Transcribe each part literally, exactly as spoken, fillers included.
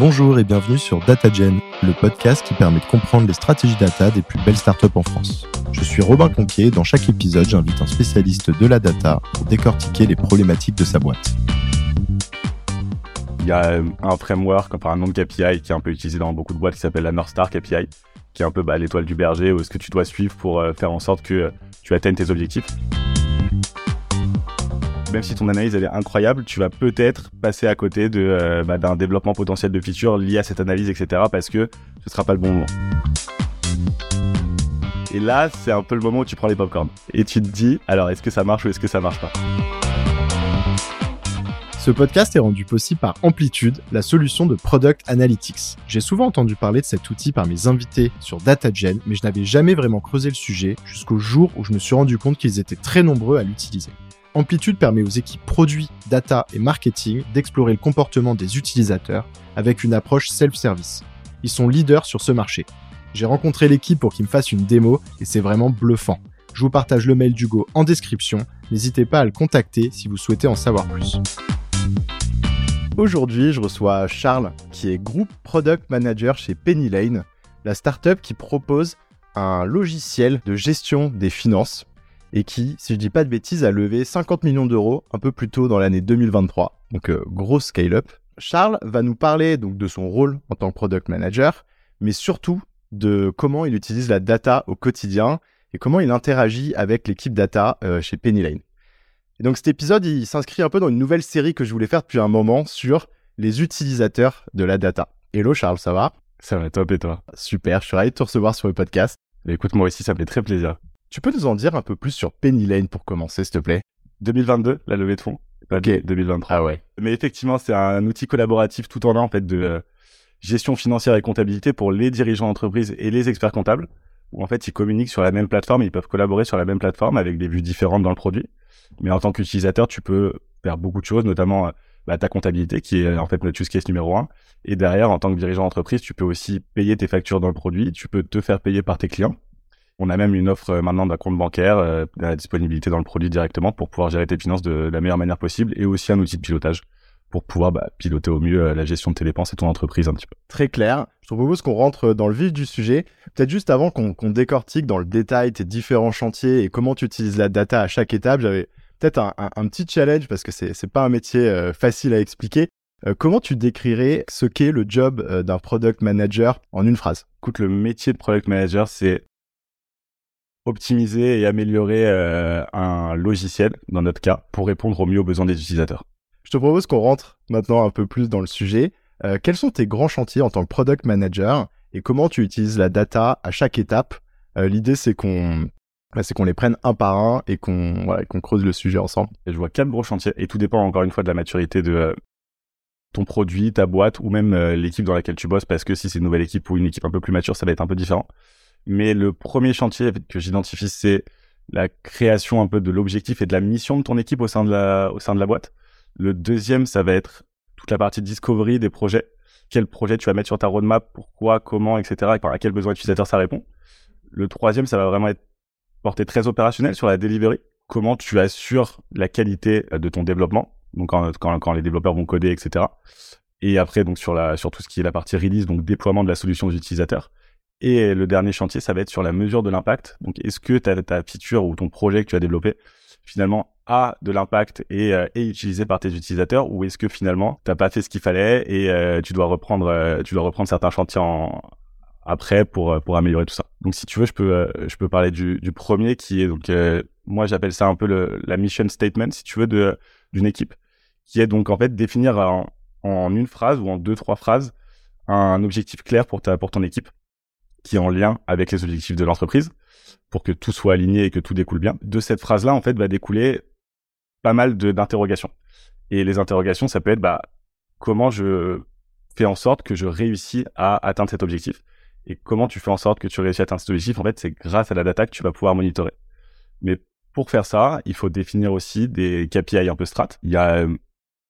Bonjour et bienvenue sur DataGen, le podcast qui permet de comprendre les stratégies data des plus belles startups en France. Je suis Robin Conquier et dans chaque épisode, j'invite un spécialiste de la data pour décortiquer les problématiques de sa boîte. Il y a un framework, enfin un nom de K P I qui est un peu utilisé dans beaucoup de boîtes qui s'appelle la North Star K P I, qui est un peu bah, l'étoile du berger, où est-ce que tu dois suivre pour euh, faire en sorte que euh, tu atteignes tes objectifs. Même si ton analyse elle est incroyable, tu vas peut-être passer à côté de, euh, bah, d'un développement potentiel de features lié à cette analyse, et cetera, parce que ce ne sera pas le bon moment. Et là, c'est un peu le moment où tu prends les popcorns. Et tu te dis, alors est-ce que ça marche ou est-ce que ça marche pas ? Ce podcast est rendu possible par Amplitude, la solution de Product Analytics. J'ai souvent entendu parler de cet outil par mes invités sur DataGen, mais je n'avais jamais vraiment creusé le sujet jusqu'au jour où je me suis rendu compte qu'ils étaient très nombreux à l'utiliser. Amplitude permet aux équipes produits, data et marketing d'explorer le comportement des utilisateurs avec une approche self-service. Ils sont leaders sur ce marché. J'ai rencontré l'équipe pour qu'ils me fassent une démo et c'est vraiment bluffant. Je vous partage le mail d'Hugo en description. N'hésitez pas à le contacter si vous souhaitez en savoir plus. Aujourd'hui, je reçois Charles, qui est Group Product Manager chez Penny Lane, la startup qui propose un logiciel de gestion des finances et qui, si je dis pas de bêtises, a levé cinquante millions d'euros un peu plus tôt dans l'année deux mille vingt-trois. Donc, euh, grosse scale-up. Charles va nous parler donc de son rôle en tant que Product Manager, mais surtout de comment il utilise la data au quotidien et comment il interagit avec l'équipe data euh, chez Penny Lane. Et donc cet épisode, il s'inscrit un peu dans une nouvelle série que je voulais faire depuis un moment sur les utilisateurs de la data. Hello Charles, ça va ? Ça va top et toi ? Super, je suis ravi de te recevoir sur le podcast. Mais écoute, moi aussi, ça me fait très plaisir. Tu peux nous en dire un peu plus sur Penny Lane pour commencer, s'il te plaît ? deux mille vingt-deux, la levée de fonds. Ok. deux mille vingt-trois. Ah ouais. Mais effectivement, c'est un outil collaboratif tout en un en fait de euh, gestion financière et comptabilité pour les dirigeants d'entreprise et les experts comptables, où en fait ils communiquent sur la même plateforme et ils peuvent collaborer sur la même plateforme avec des vues différentes dans le produit. Mais en tant qu'utilisateur, tu peux faire beaucoup de choses, notamment euh, bah, ta comptabilité qui est en fait notre use case numéro un. Et derrière, en tant que dirigeant d'entreprise, tu peux aussi payer tes factures dans le produit, tu peux te faire payer par tes clients. On a même une offre euh, maintenant d'un compte bancaire, euh, de la disponibilité dans le produit directement pour pouvoir gérer tes finances de la meilleure manière possible et aussi un outil de pilotage pour pouvoir bah, piloter au mieux euh, la gestion de tes dépenses et ton entreprise un petit peu. Très clair. Je te propose qu'on rentre dans le vif du sujet. Peut-être juste avant qu'on, qu'on décortique dans le détail tes différents chantiers et comment tu utilises la data à chaque étape, j'avais peut-être un, un, un petit challenge parce que c'est, c'est pas un métier euh, facile à expliquer. Euh, comment tu décrirais ce qu'est le job euh, d'un product manager en une phrase ? Écoute, le métier de product manager, c'est optimiser et améliorer euh, un logiciel, dans notre cas, pour répondre au mieux aux besoins des utilisateurs. Je te propose qu'on rentre maintenant un peu plus dans le sujet. Euh, quels sont tes grands chantiers en tant que product manager et comment tu utilises la data à chaque étape ? euh, L'idée, c'est qu'on, bah, c'est qu'on les prenne un par un et qu'on, voilà, qu'on creuse le sujet ensemble. Et je vois quatre gros chantiers et tout dépend encore une fois de la maturité de euh, ton produit, ta boîte ou même euh, l'équipe dans laquelle tu bosses, parce que si c'est une nouvelle équipe ou une équipe un peu plus mature, ça va être un peu différent. Mais le premier chantier que j'identifie, c'est la création un peu de l'objectif et de la mission de ton équipe au sein de la, au sein de la boîte. Le deuxième, ça va être toute la partie discovery des projets. Quel projet tu vas mettre sur ta roadmap, pourquoi, comment, et cetera. Et à quel besoin utilisateur ça répond. Le troisième, ça va vraiment être porté très opérationnel sur la delivery. Comment tu assures la qualité de ton développement, donc quand, quand, quand les développeurs vont coder, et cetera. Et après, donc sur, la, sur tout ce qui est la partie release, donc déploiement de la solution aux utilisateurs. Et le dernier chantier, ça va être sur la mesure de l'impact. Donc, est-ce que ta, ta feature ou ton projet que tu as développé, finalement, a de l'impact et euh, est utilisé par tes utilisateurs, ou est-ce que finalement, tu n'as pas fait ce qu'il fallait et euh, tu dois reprendre, euh, tu dois reprendre certains chantiers en... après pour, pour améliorer tout ça. Donc, si tu veux, je peux, euh, je peux parler du, du premier qui est, donc, euh, moi, j'appelle ça un peu le, la mission statement, si tu veux, de, d'une équipe, qui est donc, en fait, définir en, en une phrase ou en deux, trois phrases un objectif clair pour, ta, pour ton équipe, qui est en lien avec les objectifs de l'entreprise, pour que tout soit aligné et que tout découle bien. De cette phrase-là, en fait, va découler pas mal de, d'interrogations. Et les interrogations, ça peut être bah, comment je fais en sorte que je réussis à atteindre cet objectif. Et comment tu fais en sorte que tu réussis à atteindre cet objectif, en fait, c'est grâce à la data que tu vas pouvoir monitorer. Mais pour faire ça, il faut définir aussi des K P I un peu strat. Il y a euh,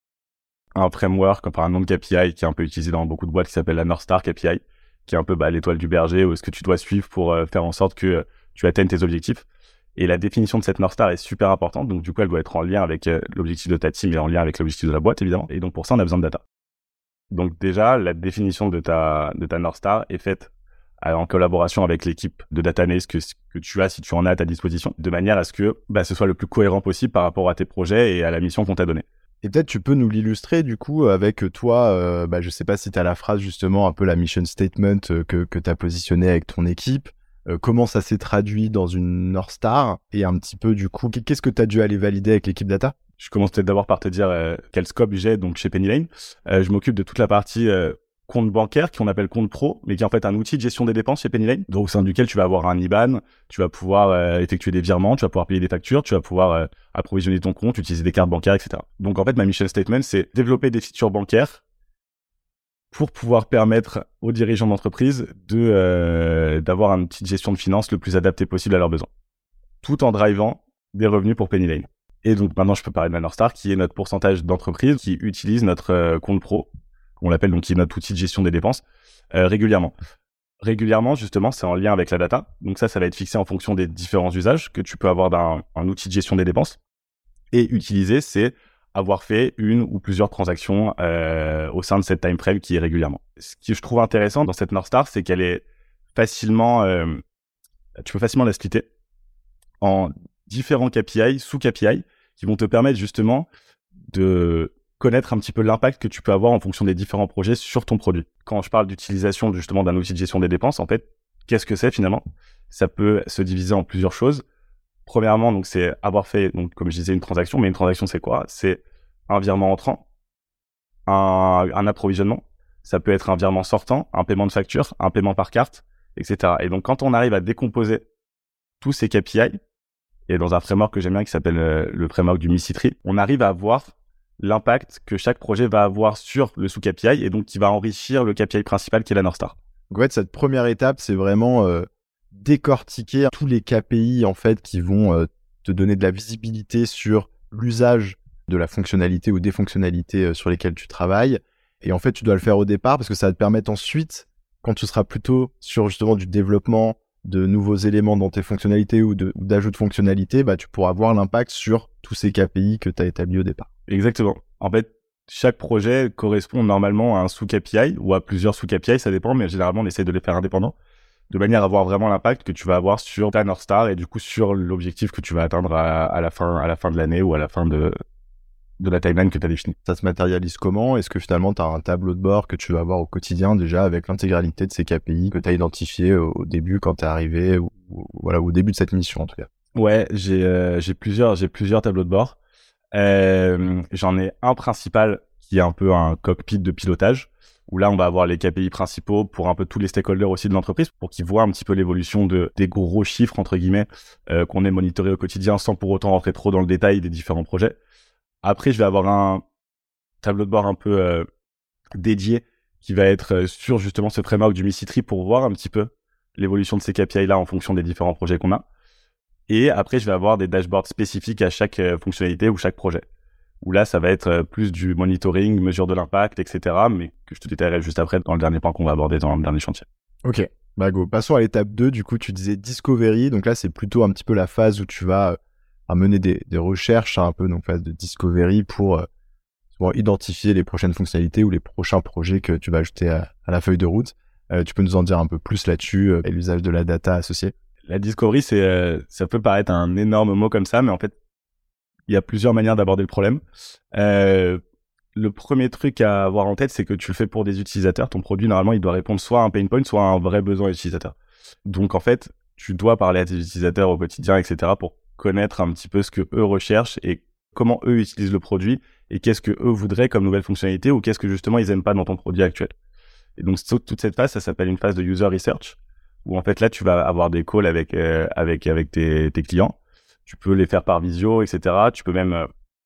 un framework, enfin un nom de K P I qui est un peu utilisé dans beaucoup de boîtes qui s'appelle la North Star K P I, qui est un peu bah, l'étoile du berger, où est-ce que tu dois suivre pour euh, faire en sorte que euh, tu atteignes tes objectifs. Et la définition de cette North Star est super importante, donc du coup, elle doit être en lien avec euh, l'objectif de ta team et en lien avec l'objectif de la boîte, évidemment. Et donc pour ça, on a besoin de data. Donc déjà, la définition de ta, de ta North Star est faite en collaboration avec l'équipe de data analyst que, que tu as, si tu en as à ta disposition, de manière à ce que bah, ce soit le plus cohérent possible par rapport à tes projets et à la mission qu'on t'a donnée. Et peut-être tu peux nous l'illustrer du coup avec toi, euh, bah, je sais pas si tu as la phrase justement, un peu la mission statement euh, que, que tu as positionné avec ton équipe, euh, comment ça s'est traduit dans une North Star et un petit peu du coup, qu'est-ce que tu as dû aller valider avec l'équipe data? Je commence peut-être d'abord par te dire euh, quel scope j'ai donc chez Penny Lane. Euh, je m'occupe de toute la partie euh, compte bancaire qu'on appelle compte pro, mais qui est en fait un outil de gestion des dépenses chez Penny Lane. Donc au sein duquel tu vas avoir un I B A N, tu vas pouvoir euh, effectuer des virements, tu vas pouvoir payer des factures, tu vas pouvoir euh, approvisionner ton compte, utiliser des cartes bancaires, et cetera. Donc en fait ma mission statement, c'est développer des features bancaires pour pouvoir permettre aux dirigeants d'entreprise de euh, d'avoir une petite gestion de finances le plus adaptée possible à leurs besoins, tout en drivant des revenus pour Penny Lane. Et donc maintenant, je peux parler de la North Star, qui est notre pourcentage d'entreprises qui utilisent notre euh, compte pro, qu'on l'appelle donc qui est notre outil de gestion des dépenses, euh, régulièrement. Régulièrement, justement, c'est en lien avec la data. Donc ça, ça va être fixé en fonction des différents usages que tu peux avoir d'un un outil de gestion des dépenses. Et utiliser, c'est avoir fait une ou plusieurs transactions euh, au sein de cette time frame qui est régulièrement. Ce que je trouve intéressant dans cette North Star, c'est qu'elle est facilement, euh, tu peux facilement la splitter en différents K P I, sous-K P I, qui vont te permettre justement de connaître un petit peu l'impact que tu peux avoir en fonction des différents projets sur ton produit. Quand je parle d'utilisation justement d'un outil de gestion des dépenses, en fait, qu'est-ce que c'est finalement? Ça peut se diviser en plusieurs choses. Premièrement, donc c'est avoir fait, donc comme je disais, une transaction, mais une transaction c'est quoi? C'est un virement entrant, un, un approvisionnement, ça peut être un virement sortant, un paiement de facture, un paiement par carte, et cetera. Et donc quand on arrive à décomposer tous ces K P I, et dans un framework que j'aime bien qui s'appelle euh, le framework du Missy-Tree, on arrive à voir l'impact que chaque projet va avoir sur le sous-K P I et donc qui va enrichir le K P I principal qui est la North Star. Donc en fait, cette première étape, c'est vraiment euh, décortiquer tous les K P I en fait qui vont euh, te donner de la visibilité sur l'usage de la fonctionnalité ou des fonctionnalités euh, sur lesquelles tu travailles. Et en fait, tu dois le faire au départ parce que ça va te permettre ensuite, quand tu seras plutôt sur justement du développement de nouveaux éléments dans tes fonctionnalités ou, de, ou d'ajout de fonctionnalités, bah, tu pourras voir l'impact sur tous ces K P I que tu as établis au départ. Exactement. En fait, chaque projet correspond normalement à un sous-K P I ou à plusieurs sous-K P I, ça dépend, mais généralement, on essaie de les faire indépendants, de manière à voir vraiment l'impact que tu vas avoir sur ta North Star et du coup sur l'objectif que tu vas atteindre à, à, la, fin, à la fin de l'année ou à la fin de, de la timeline que tu as définie. Ça se matérialise comment? Est-ce que finalement, tu as un tableau de bord que tu vas avoir au quotidien déjà avec l'intégralité de ces K P I que tu as identifié au, au début quand tu es arrivé ou, ou voilà, au début de cette mission en tout cas? Ouais, j'ai, euh, j'ai, plusieurs, j'ai plusieurs tableaux de bord. Euh, j'en ai un principal qui est un peu un cockpit de pilotage où là on va avoir les K P I principaux pour un peu tous les stakeholders aussi de l'entreprise pour qu'ils voient un petit peu l'évolution de des gros chiffres entre guillemets euh, qu'on est monitoré au quotidien sans pour autant rentrer trop dans le détail des différents projets. Après je vais avoir un tableau de bord un peu euh, dédié qui va être sur justement ce framework du Missy-Tree pour voir un petit peu l'évolution de ces K P I là en fonction des différents projets qu'on a. Et après, je vais avoir des dashboards spécifiques à chaque euh, fonctionnalité ou chaque projet. Où là, ça va être euh, plus du monitoring, mesure de l'impact, et cetera. Mais que je te détaillerai juste après dans le dernier point qu'on va aborder dans le dernier chantier. Ok, bah go. Passons à l'étape deux. Du coup, tu disais Discovery. Donc là, c'est plutôt un petit peu la phase où tu vas euh, mener des, des recherches, un peu donc phase de Discovery pour, euh, pour identifier les prochaines fonctionnalités ou les prochains projets que tu vas ajouter à, à la feuille de route. Euh, tu peux nous en dire un peu plus là-dessus euh, et l'usage de la data associée? La discovery, c'est, euh, ça peut paraître un énorme mot comme ça, mais en fait, il y a plusieurs manières d'aborder le problème. Euh, le premier truc à avoir en tête, c'est que tu le fais pour des utilisateurs. Ton produit, normalement, il doit répondre soit à un pain point, soit à un vrai besoin utilisateur. Donc, en fait, tu dois parler à tes utilisateurs au quotidien, et cetera, pour connaître un petit peu ce que eux recherchent et comment eux utilisent le produit et qu'est-ce que eux voudraient comme nouvelle fonctionnalité ou qu'est-ce que justement ils aiment pas dans ton produit actuel. Et donc, toute cette phase, ça s'appelle une phase de user research, où en fait là tu vas avoir des calls avec euh, avec avec tes, tes clients. Tu peux les faire par visio, et cetera. Tu peux même euh,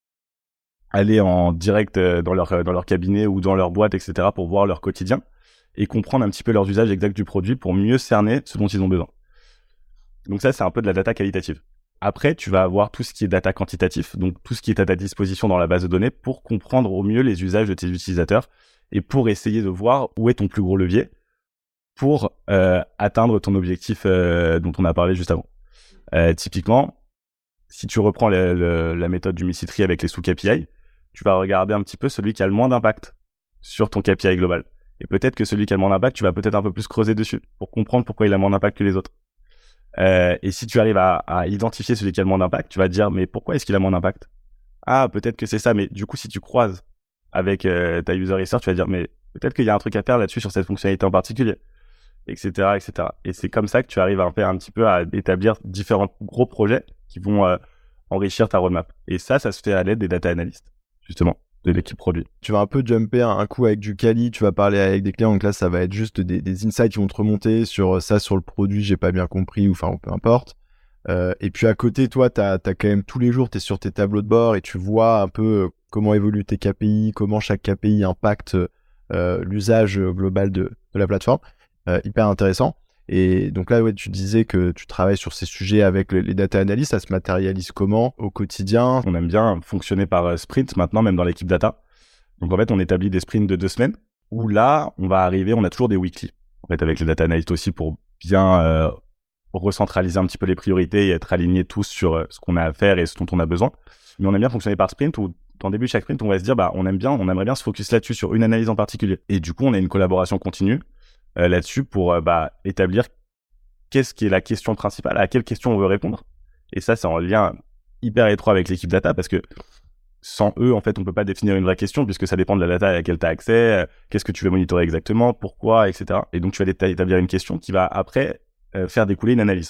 aller en direct euh, dans leur dans leur cabinet ou dans leur boîte, et cetera pour voir leur quotidien et comprendre un petit peu leurs usages exacts du produit pour mieux cerner ce dont ils ont besoin. Donc ça, c'est un peu de la data qualitative. Après, tu vas avoir tout ce qui est data quantitatif, donc tout ce qui est à ta disposition dans la base de données pour comprendre au mieux les usages de tes utilisateurs et pour essayer de voir où est ton plus gros levier pour euh, atteindre ton objectif euh, dont on a parlé juste avant. Euh, typiquement, si tu reprends le, le, la méthode du Missy-Tree avec les sous-K P I, tu vas regarder un petit peu celui qui a le moins d'impact sur ton K P I global. Et peut-être que celui qui a le moins d'impact, tu vas peut-être un peu plus creuser dessus pour comprendre pourquoi il a moins d'impact que les autres. Euh, et si tu arrives à, à identifier celui qui a le moins d'impact, tu vas te dire, mais pourquoi est-ce qu'il a moins d'impact? Ah, peut-être que c'est ça. Mais du coup, si tu croises avec euh, ta user research, tu vas dire, mais peut-être qu'il y a un truc à faire là-dessus sur cette fonctionnalité en particulier, et cetera, et cetera. Et c'est comme ça que tu arrives à faire un petit peu à établir différents gros projets qui vont euh, enrichir ta roadmap. Et ça, ça se fait à l'aide des data analysts, justement, de l'équipe produit. Tu vas un peu jumper un coup avec du quali, tu vas parler avec des clients, donc là, ça va être juste des, des insights qui vont te remonter sur ça, sur le produit, j'ai pas bien compris, ou enfin, peu importe. Euh, et puis à côté, toi, t'as, t'as quand même tous les jours, t'es sur tes tableaux de bord et tu vois un peu comment évoluent tes K P I, comment chaque K P I impacte euh, l'usage global de, de la plateforme. Euh, hyper intéressant. Et donc là, ouais, tu disais que tu travailles sur ces sujets avec les, les data analysts. Ça se matérialise comment au quotidien? On aime bien fonctionner par sprint maintenant, même dans l'équipe data. Donc en fait, on établit des sprints de deux semaines où là, on va arriver, on a toujours des weekly. En fait, avec les data analysts aussi pour bien euh, recentraliser un petit peu les priorités et être alignés tous sur euh, ce qu'on a à faire et ce dont on a besoin. Mais on aime bien fonctionner par sprint où dans le début de chaque sprint, on va se dire, bah, on aime bien, on aimerait bien se focus là-dessus sur une analyse en particulier. Et du coup, on a une collaboration continue euh, là-dessus pour euh, bah, établir qu'est-ce qui est la question principale, à quelle question on veut répondre. Et ça, c'est en lien hyper étroit avec l'équipe data parce que sans eux, en fait, on peut pas définir une vraie question puisque ça dépend de la data à laquelle tu as accès, euh, qu'est-ce que tu veux monitorer exactement, pourquoi, et cetera. Et donc, tu vas établir une question qui va après euh, faire découler une analyse.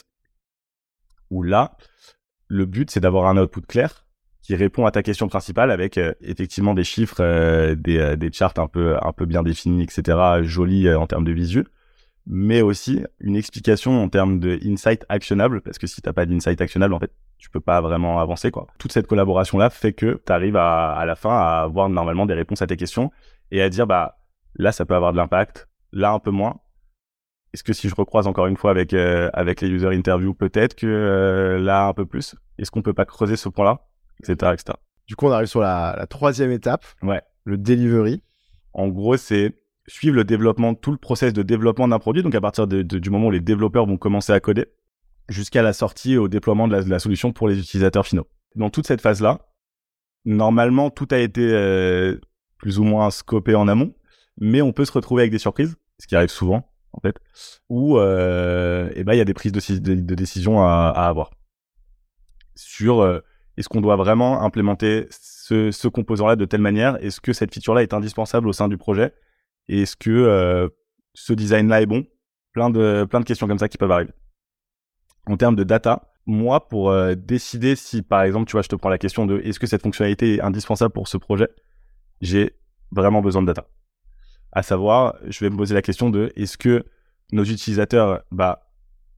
Où là, le but, c'est d'avoir un output clair qui répond à ta question principale avec euh, effectivement des chiffres, euh, des, euh, des charts un peu, un peu bien définis, et cetera, jolis euh, en termes de visu, mais aussi une explication en termes de insight actionnable, parce que si t'as pas d'insight actionnable, en fait, tu peux pas vraiment avancer, quoi. Toute cette collaboration-là fait que tu arrives à, à la fin à avoir normalement des réponses à tes questions et à dire, bah, là, ça peut avoir de l'impact, là, un peu moins. Est-ce que si je recroise encore une fois avec, euh, avec les user interviews, peut-être que euh, là, un peu plus, est-ce qu'on peut pas creuser ce point-là, et cetera, et cetera. Du coup, on arrive sur la, la troisième étape, ouais. le delivery. En gros, c'est suivre le développement, tout le process de développement d'un produit, donc à partir de, de, du moment où les développeurs vont commencer à coder, jusqu'à la sortie et au déploiement de la, de la solution pour les utilisateurs finaux. Dans toute cette phase-là, normalement, tout a été euh, plus ou moins scopé en amont, mais on peut se retrouver avec des surprises, ce qui arrive souvent, en fait, où euh, eh ben, y a des prises de, de, de décision à, à avoir. Sur euh, est-ce qu'on doit vraiment implémenter ce, ce composant-là de telle manière? Est-ce que cette feature-là est indispensable au sein du projet? Et est-ce que euh, ce design-là est bon? Plein de, plein de questions comme ça qui peuvent arriver. En termes de data, moi, pour euh, décider si, par exemple, tu vois, je te prends la question de est-ce que cette fonctionnalité est indispensable pour ce projet, j'ai vraiment besoin de data. À savoir, je vais me poser la question de est-ce que nos utilisateurs, bah,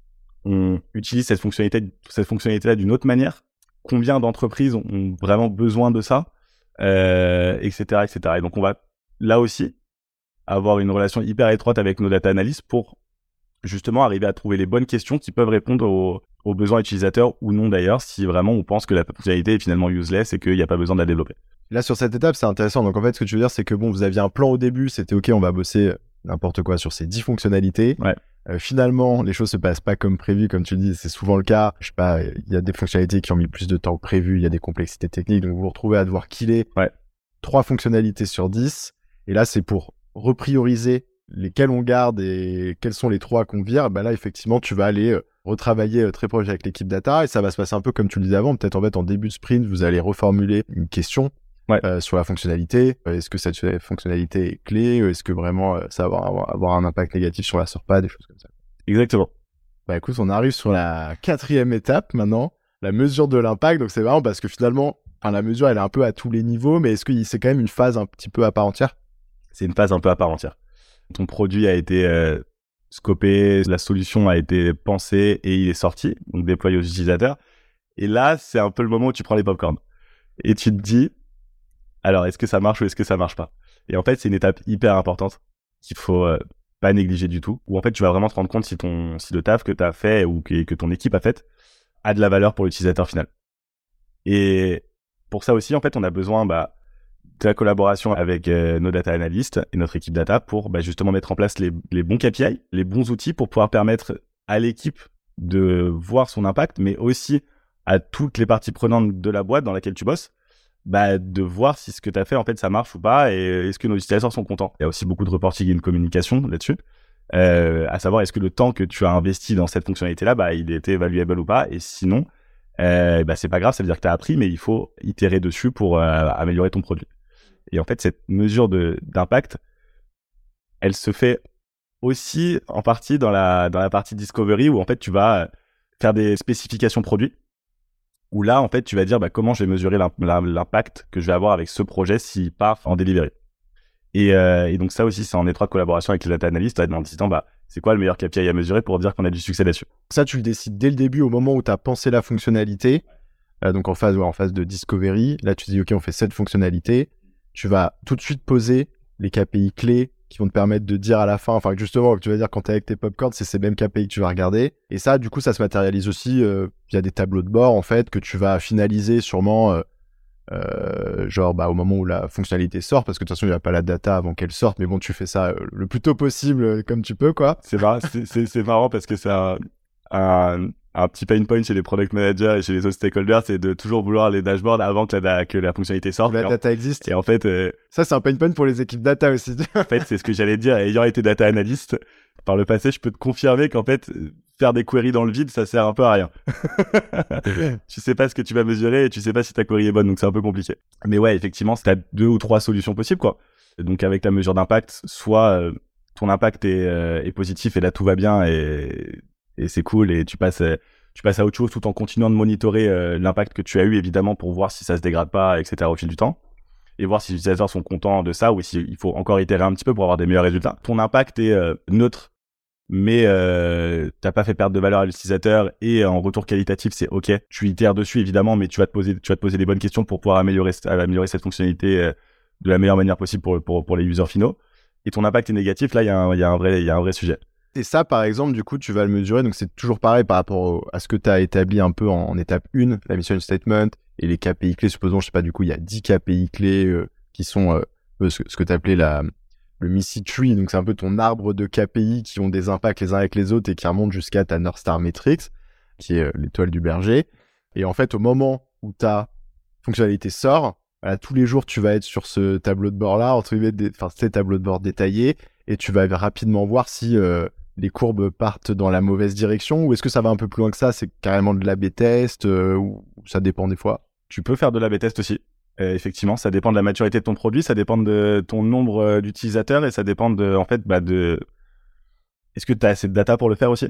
on utilise cette fonctionnalité, cette fonctionnalité-là d'une autre manière? Combien d'entreprises ont vraiment besoin de ça, euh, et cetera, et cetera. Et donc, on va là aussi avoir une relation hyper étroite avec nos data analysts pour justement arriver à trouver les bonnes questions qui peuvent répondre aux, aux besoins utilisateurs ou non d'ailleurs, si vraiment on pense que la fonctionnalité est finalement useless et qu'il n'y a pas besoin de la développer. Là, sur cette étape, c'est intéressant. Donc, en fait, ce que tu veux dire, c'est que bon, vous aviez un plan au début, c'était OK, on va bosser n'importe quoi sur ces dix fonctionnalités. Ouais. Euh, finalement, les choses se passent pas comme prévu, comme tu dis, c'est souvent le cas. Je sais pas, il y a des fonctionnalités qui ont mis plus de temps que prévu, il y a des complexités techniques, donc vous vous retrouvez à devoir killer ouais. trois fonctionnalités sur dix. Et là, c'est pour reprioriser lesquelles on garde et quels sont les trois qu'on vire. Ben là, effectivement, tu vas aller euh, retravailler euh, très proche avec l'équipe data et ça va se passer un peu comme tu le disais avant. Peut-être en fait, en début de sprint, vous allez reformuler une question. Ouais. Euh, sur la fonctionnalité, est-ce que cette fonctionnalité est clé, est-ce que vraiment euh, ça va avoir, avoir un impact négatif sur la SORPA, des choses comme ça. Exactement. Bah écoute, on arrive sur la quatrième étape maintenant, la mesure de l'impact. Donc c'est marrant parce que finalement, enfin, la mesure elle est un peu à tous les niveaux, mais est-ce que c'est quand même une phase un petit peu à part entière? C'est une phase un peu à part entière. Ton produit a été euh, scopé, la solution a été pensée et il est sorti, donc déployé aux utilisateurs. Et là, c'est un peu le moment où tu prends les popcorns et tu te dis, alors, est-ce que ça marche ou est-ce que ça marche pas? Et en fait, c'est une étape hyper importante qu'il faut euh, pas négliger du tout. Où en fait, tu vas vraiment te rendre compte si ton, si le taf que tu as fait ou que, que ton équipe a fait a de la valeur pour l'utilisateur final. Et pour ça aussi, en fait, on a besoin bah, de la collaboration avec euh, nos data analysts et notre équipe data pour bah, justement mettre en place les, les bons K P I, les bons outils pour pouvoir permettre à l'équipe de voir son impact, mais aussi à toutes les parties prenantes de la boîte dans laquelle tu bosses, bah, de voir si ce que tu as fait, en fait, ça marche ou pas, et est-ce que nos utilisateurs sont contents. Il y a aussi beaucoup de reporting et de communication là-dessus, euh, à savoir est-ce que le temps que tu as investi dans cette fonctionnalité-là, bah, il était valuable ou pas, et sinon, euh, bah, c'est pas grave, ça veut dire que tu as appris, mais il faut itérer dessus pour euh, améliorer ton produit. Et en fait, cette mesure de, d'impact, elle se fait aussi en partie dans la, dans la partie discovery, où en fait, tu vas faire des spécifications produits, où là, en fait, tu vas dire bah, comment je vais mesurer l'impact que je vais avoir avec ce projet s'il part en delivery. Et, euh, et donc ça aussi, c'est en étroite collaboration avec les data analysts, en disant bah, c'est quoi le meilleur K P I à mesurer pour dire qu'on a du succès là-dessus. Ça, tu le décides dès le début, au moment où tu as pensé la fonctionnalité, euh, donc en phase, ouais, en phase de discovery. Là, tu te dis, OK, on fait cette fonctionnalité. Tu vas tout de suite poser les K P I clés qui vont te permettre de dire à la fin, enfin justement, tu vas dire quand tu es avec tes popcorns, c'est ces mêmes K P I que tu vas regarder. Et ça, du coup, ça se matérialise aussi euh, via des tableaux de bord, en fait, que tu vas finaliser sûrement euh, euh, genre bah, au moment où la fonctionnalité sort, parce que de toute façon, il n'y a pas la data avant qu'elle sorte, mais bon, tu fais ça euh, le plus tôt possible, euh, comme tu peux, quoi. C'est marrant, c'est, c'est, c'est marrant parce que c'est un, un, un petit pain point chez les product managers et chez les autres stakeholders, c'est de toujours vouloir les dashboards avant que la, que la fonctionnalité sorte. La data existe. Et en fait... Euh, ça, c'est un pain point pour les équipes data aussi. En fait, c'est ce que j'allais dire. Ayant été data analyst, par le passé, je peux te confirmer qu'en fait, faire des queries dans le vide, ça sert un peu à rien. Tu sais pas ce que tu vas mesurer et tu sais pas si ta query est bonne, donc c'est un peu compliqué. Mais ouais, effectivement, t'as deux ou trois solutions possibles, quoi. Donc avec la mesure d'impact, soit euh, ton impact est, euh, est positif et là tout va bien et, et c'est cool et tu passes, euh, tu passes à autre chose tout en continuant de monitorer euh, l'impact que tu as eu, évidemment, pour voir si ça se dégrade pas, et cetera au fil du temps. Et voir si les utilisateurs sont contents de ça ou s'il faut encore itérer un petit peu pour avoir des meilleurs résultats. Ton impact est euh, neutre, mais euh, t'as pas fait perdre de valeur à l'utilisateur et en retour qualitatif, c'est OK. Tu itères dessus, évidemment, mais tu vas te poser, tu vas te poser les bonnes questions pour pouvoir améliorer, améliorer cette fonctionnalité euh, de la meilleure manière possible pour, pour, pour les users finaux. Et ton impact est négatif, là, il y a un, il y a un vrai, il y a un vrai sujet. Et ça, par exemple, du coup, tu vas le mesurer. Donc, c'est toujours pareil par rapport au, à ce que tu as établi un peu en, en étape un, la mission statement et les K P I clés. Supposons, je sais pas, du coup, il y a dix K P I clés euh, qui sont euh, ce, ce que tu appelais la, le Missy Tree. Donc, c'est un peu ton arbre de K P I qui ont des impacts les uns avec les autres et qui remontent jusqu'à ta North Star Metrics, qui est euh, l'étoile du berger. Et en fait, au moment où ta fonctionnalité sort, voilà, tous les jours, tu vas être sur ce tableau de bord-là, entre guillemets, enfin, ces tableaux de bord détaillés, et tu vas rapidement voir si euh, les courbes partent dans la mauvaise direction, ou est-ce que ça va un peu plus loin que ça, c'est carrément de l'A B test, euh, ou ça dépend des fois. Tu peux faire de l'A B test aussi. Euh, effectivement, ça dépend de la maturité de ton produit, ça dépend de ton nombre euh, d'utilisateurs, et ça dépend de, en fait, bah, de... Est-ce que tu as assez de data pour le faire aussi ?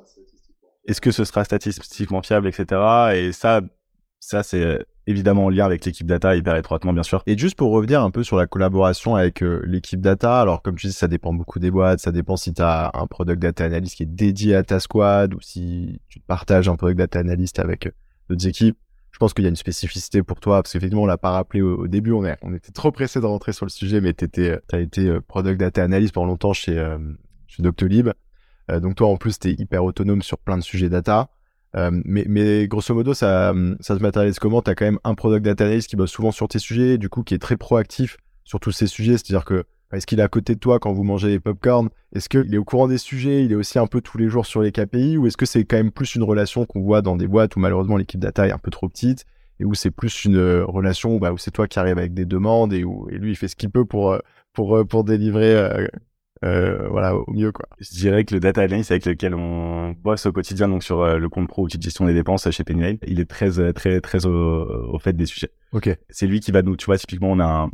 Est-ce que ce sera statistiquement fiable, et cetera. Et ça, ça c'est évidemment en lien avec l'équipe data hyper étroitement, bien sûr. Et juste pour revenir un peu sur la collaboration avec euh, l'équipe data, alors comme tu dis, ça dépend beaucoup des boîtes, ça dépend si tu as un product data analyst qui est dédié à ta squad ou si tu partages un product data analyst avec euh, d'autres équipes. Je pense qu'il y a une spécificité pour toi, parce qu'effectivement, on l'a pas rappelé au, au début, on, est, on était trop pressé de rentrer sur le sujet, mais tu as été euh, product data analyst pendant longtemps chez, euh, chez Doctolib. Euh, donc toi, en plus, tu es hyper autonome sur plein de sujets data. Euh, mais, mais grosso modo, ça, ça se matérialise comment ? Tu as quand même un product data analyst qui bosse souvent sur tes sujets, du coup, qui est très proactif sur tous ces sujets. C'est-à-dire que, est-ce qu'il est à côté de toi quand vous mangez les popcorn ? Est-ce qu'il est au courant des sujets ? Il est aussi un peu tous les jours sur les K P I ? Ou est-ce que c'est quand même plus une relation qu'on voit dans des boîtes où malheureusement l'équipe data est un peu trop petite et où c'est plus une relation où, bah, où c'est toi qui arrives avec des demandes et où et lui, il fait ce qu'il peut pour, pour, pour délivrer euh, euh, voilà, au mieux, quoi. Je dirais que le data analyst avec lequel on bosse au quotidien, donc sur euh, le compte pro, outil de gestion des dépenses chez Penny Lane, il est très, très, très au, au fait des sujets. Ok. C'est lui qui va nous, tu vois, typiquement, on a un,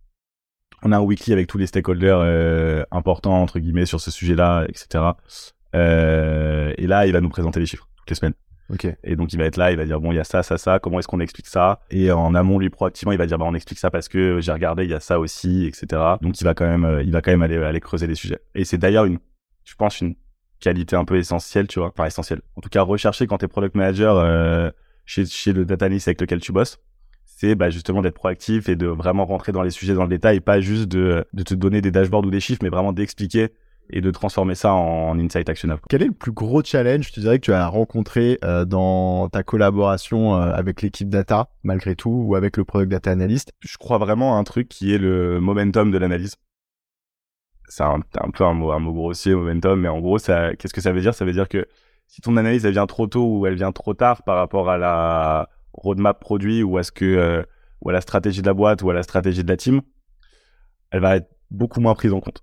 on a un weekly avec tous les stakeholders euh, importants, entre guillemets, sur ce sujet-là, et cetera. Euh, et là, il va nous présenter les chiffres toutes les semaines. Ok. Et donc, il va être là, il va dire, bon, il y a ça, ça, ça, comment est-ce qu'on explique ça ? Et en amont, lui, proactivement, il va dire, bah, on explique ça parce que j'ai regardé, il y a ça aussi, et cetera. Donc, il va quand même, il va quand même aller, aller creuser les sujets. Et c'est d'ailleurs une, je pense, une qualité un peu essentielle, tu vois. Enfin, essentielle. En tout cas, rechercher quand t'es product manager euh, chez, chez le data analyst avec lequel tu bosses, c'est bah, justement d'être proactif et de vraiment rentrer dans les sujets dans le détail, pas juste de, de te donner des dashboards ou des chiffres, mais vraiment d'expliquer et de transformer ça en insight actionnable. Quel est le plus gros challenge, tu dirais, que tu as rencontré euh, dans ta collaboration euh, avec l'équipe data, malgré tout, ou avec le product data analyst ? Je crois vraiment à un truc qui est le momentum de l'analyse. C'est un, un peu un mot, un mot grossier, momentum, mais en gros, ça, qu'est-ce que ça veut dire ? Ça veut dire que si ton analyse, elle vient trop tôt ou elle vient trop tard par rapport à la roadmap produit ou à ce que, euh, ou à la stratégie de la boîte ou à la stratégie de la team, elle va être beaucoup moins prise en compte.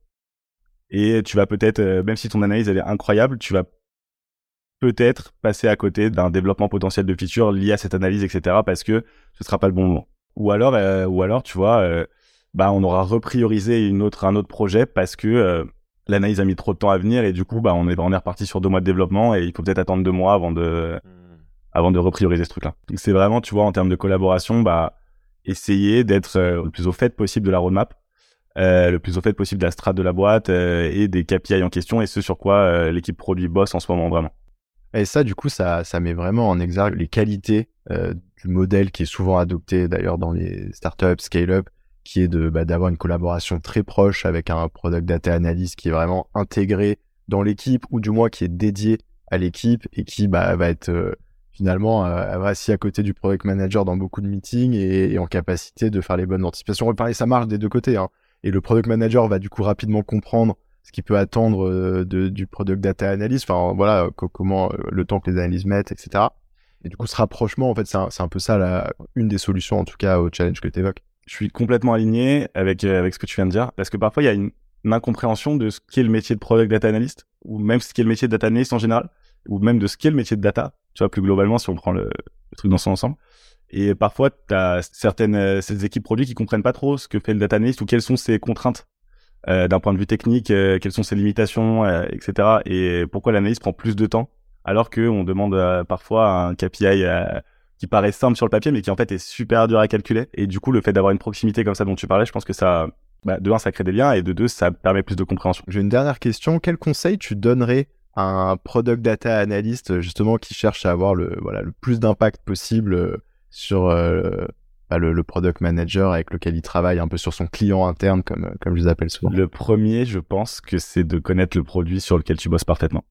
Et tu vas peut-être, euh, même si ton analyse elle est incroyable, tu vas peut-être passer à côté d'un développement potentiel de features lié à cette analyse, et cetera, parce que ce sera pas le bon moment. Ou alors, euh, ou alors, tu vois, euh, bah, on aura repriorisé une autre, un autre projet parce que euh, l'analyse a mis trop de temps à venir et du coup, bah, on est, on est reparti sur deux mois de développement et il faut peut-être attendre deux mois avant de, mmh. avant de reprioriser ce truc-là. Donc, c'est vraiment, tu vois, en termes de collaboration, bah, essayer d'être euh, le plus au fait possible de la roadmap, euh, le plus au fait possible de la strat de la boîte euh, et des K P I en question et ce sur quoi euh, l'équipe produit bosse en ce moment vraiment. Et ça, du coup, ça, ça met vraiment en exergue les qualités euh, du modèle qui est souvent adopté d'ailleurs dans les startups, scale-up, qui est de bah, d'avoir une collaboration très proche avec un product data analyst qui est vraiment intégré dans l'équipe ou du moins qui est dédié à l'équipe et qui bah, va être euh, finalement euh, va assis à côté du product manager dans beaucoup de meetings et, et en capacité de faire les bonnes anticipations. Pareil, ça marche des deux côtés, hein. Et le product manager va du coup rapidement comprendre ce qu'il peut attendre euh, de, du product data analyst, enfin voilà, co- comment euh, le temps que les analyses mettent, et cetera. Et du coup, ce rapprochement, en fait, c'est un, c'est un peu ça, la, une des solutions, en tout cas, au challenge que tu évoques. Je suis complètement aligné avec, euh, avec ce que tu viens de dire, parce que parfois, il y a une, une incompréhension de ce qu'est le métier de product data analyst, ou même ce qu'est le métier de data analyst en général, ou même de ce qu'est le métier de data, tu vois, plus globalement, si on prend le, le truc dans son ensemble. Et parfois, tu as certaines euh, ces équipes produits qui comprennent pas trop ce que fait le data analyst ou quelles sont ses contraintes. Euh, d'un point de vue technique, euh, quelles sont ses limitations, euh, et cetera. Et pourquoi l'analyse prend plus de temps, alors qu'on demande euh, parfois un K P I euh, qui paraît simple sur le papier, mais qui en fait est super dur à calculer. Et du coup, le fait d'avoir une proximité comme ça dont tu parlais, je pense que ça, bah, de un, ça crée des liens, et de deux, ça permet plus de compréhension. J'ai une dernière question. Quel conseil tu donnerais à un product data analyst, justement, qui cherche à avoir le, voilà, le plus d'impact possible sur... Euh, Le, le product manager avec lequel il travaille un peu sur son client interne, comme, comme je les appelle souvent? Le premier, je pense que c'est de connaître le produit sur lequel tu bosses parfaitement.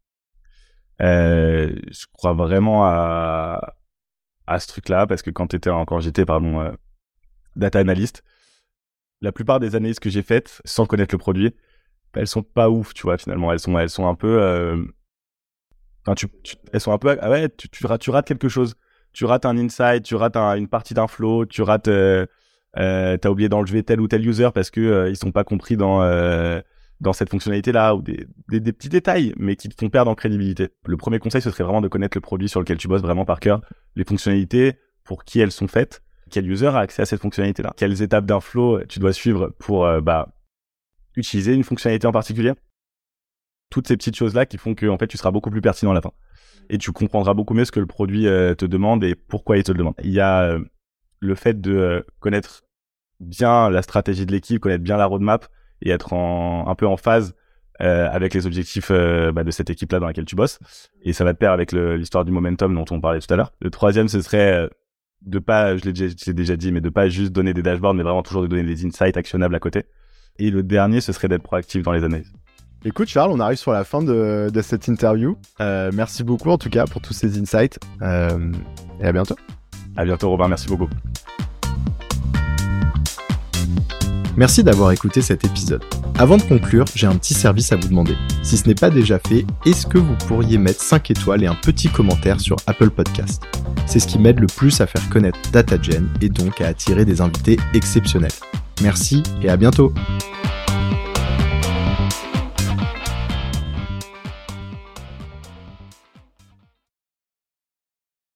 Euh, je crois vraiment à, à ce truc-là, parce que quand, t'étais, quand j'étais pardon, euh, data analyst, la plupart des analyses que j'ai faites sans connaître le produit, elles sont pas ouf, tu vois, finalement. Elles sont, elles sont un peu... Euh... Enfin, tu, tu, elles sont un peu... Ah ouais, tu, tu, rates, tu rates quelque chose. Tu rates un insight, tu rates un, une partie d'un flow, tu rates, euh, euh, t'as oublié d'enlever tel ou tel user parce que euh, ils sont pas compris dans euh, dans cette fonctionnalité-là, ou des, des, des petits détails, mais qui te font perdre en crédibilité. Le premier conseil, ce serait vraiment de connaître le produit sur lequel tu bosses vraiment par cœur, les fonctionnalités, pour qui elles sont faites, quel user a accès à cette fonctionnalité-là, quelles étapes d'un flow tu dois suivre pour euh, bah utiliser une fonctionnalité en particulier. Toutes ces petites choses-là qui font que en fait tu seras beaucoup plus pertinent à la fin. Et tu comprendras beaucoup mieux ce que le produit euh, te demande et pourquoi il te le demande. Il y a euh, le fait de euh, connaître bien la stratégie de l'équipe, connaître bien la roadmap et être en, un peu en phase euh, avec les objectifs euh, bah, de cette équipe-là dans laquelle tu bosses. Et ça va de pair avec le, l'histoire du momentum dont on parlait tout à l'heure. Le troisième, ce serait euh, de pas, je l'ai déjà, je l'ai déjà dit, mais de pas juste donner des dashboards, mais vraiment toujours de donner des insights actionnables à côté. Et le dernier, ce serait d'être proactif dans les analyses. Écoute Charles, on arrive sur la fin de, de cette interview. Euh, merci beaucoup en tout cas pour tous ces insights. Euh, et à bientôt. À bientôt Robin, merci beaucoup. Merci d'avoir écouté cet épisode. Avant de conclure, j'ai un petit service à vous demander. Si ce n'est pas déjà fait, est-ce que vous pourriez mettre cinq étoiles et un petit commentaire sur Apple Podcast ? C'est ce qui m'aide le plus à faire connaître DataGen et donc à attirer des invités exceptionnels. Merci et à bientôt.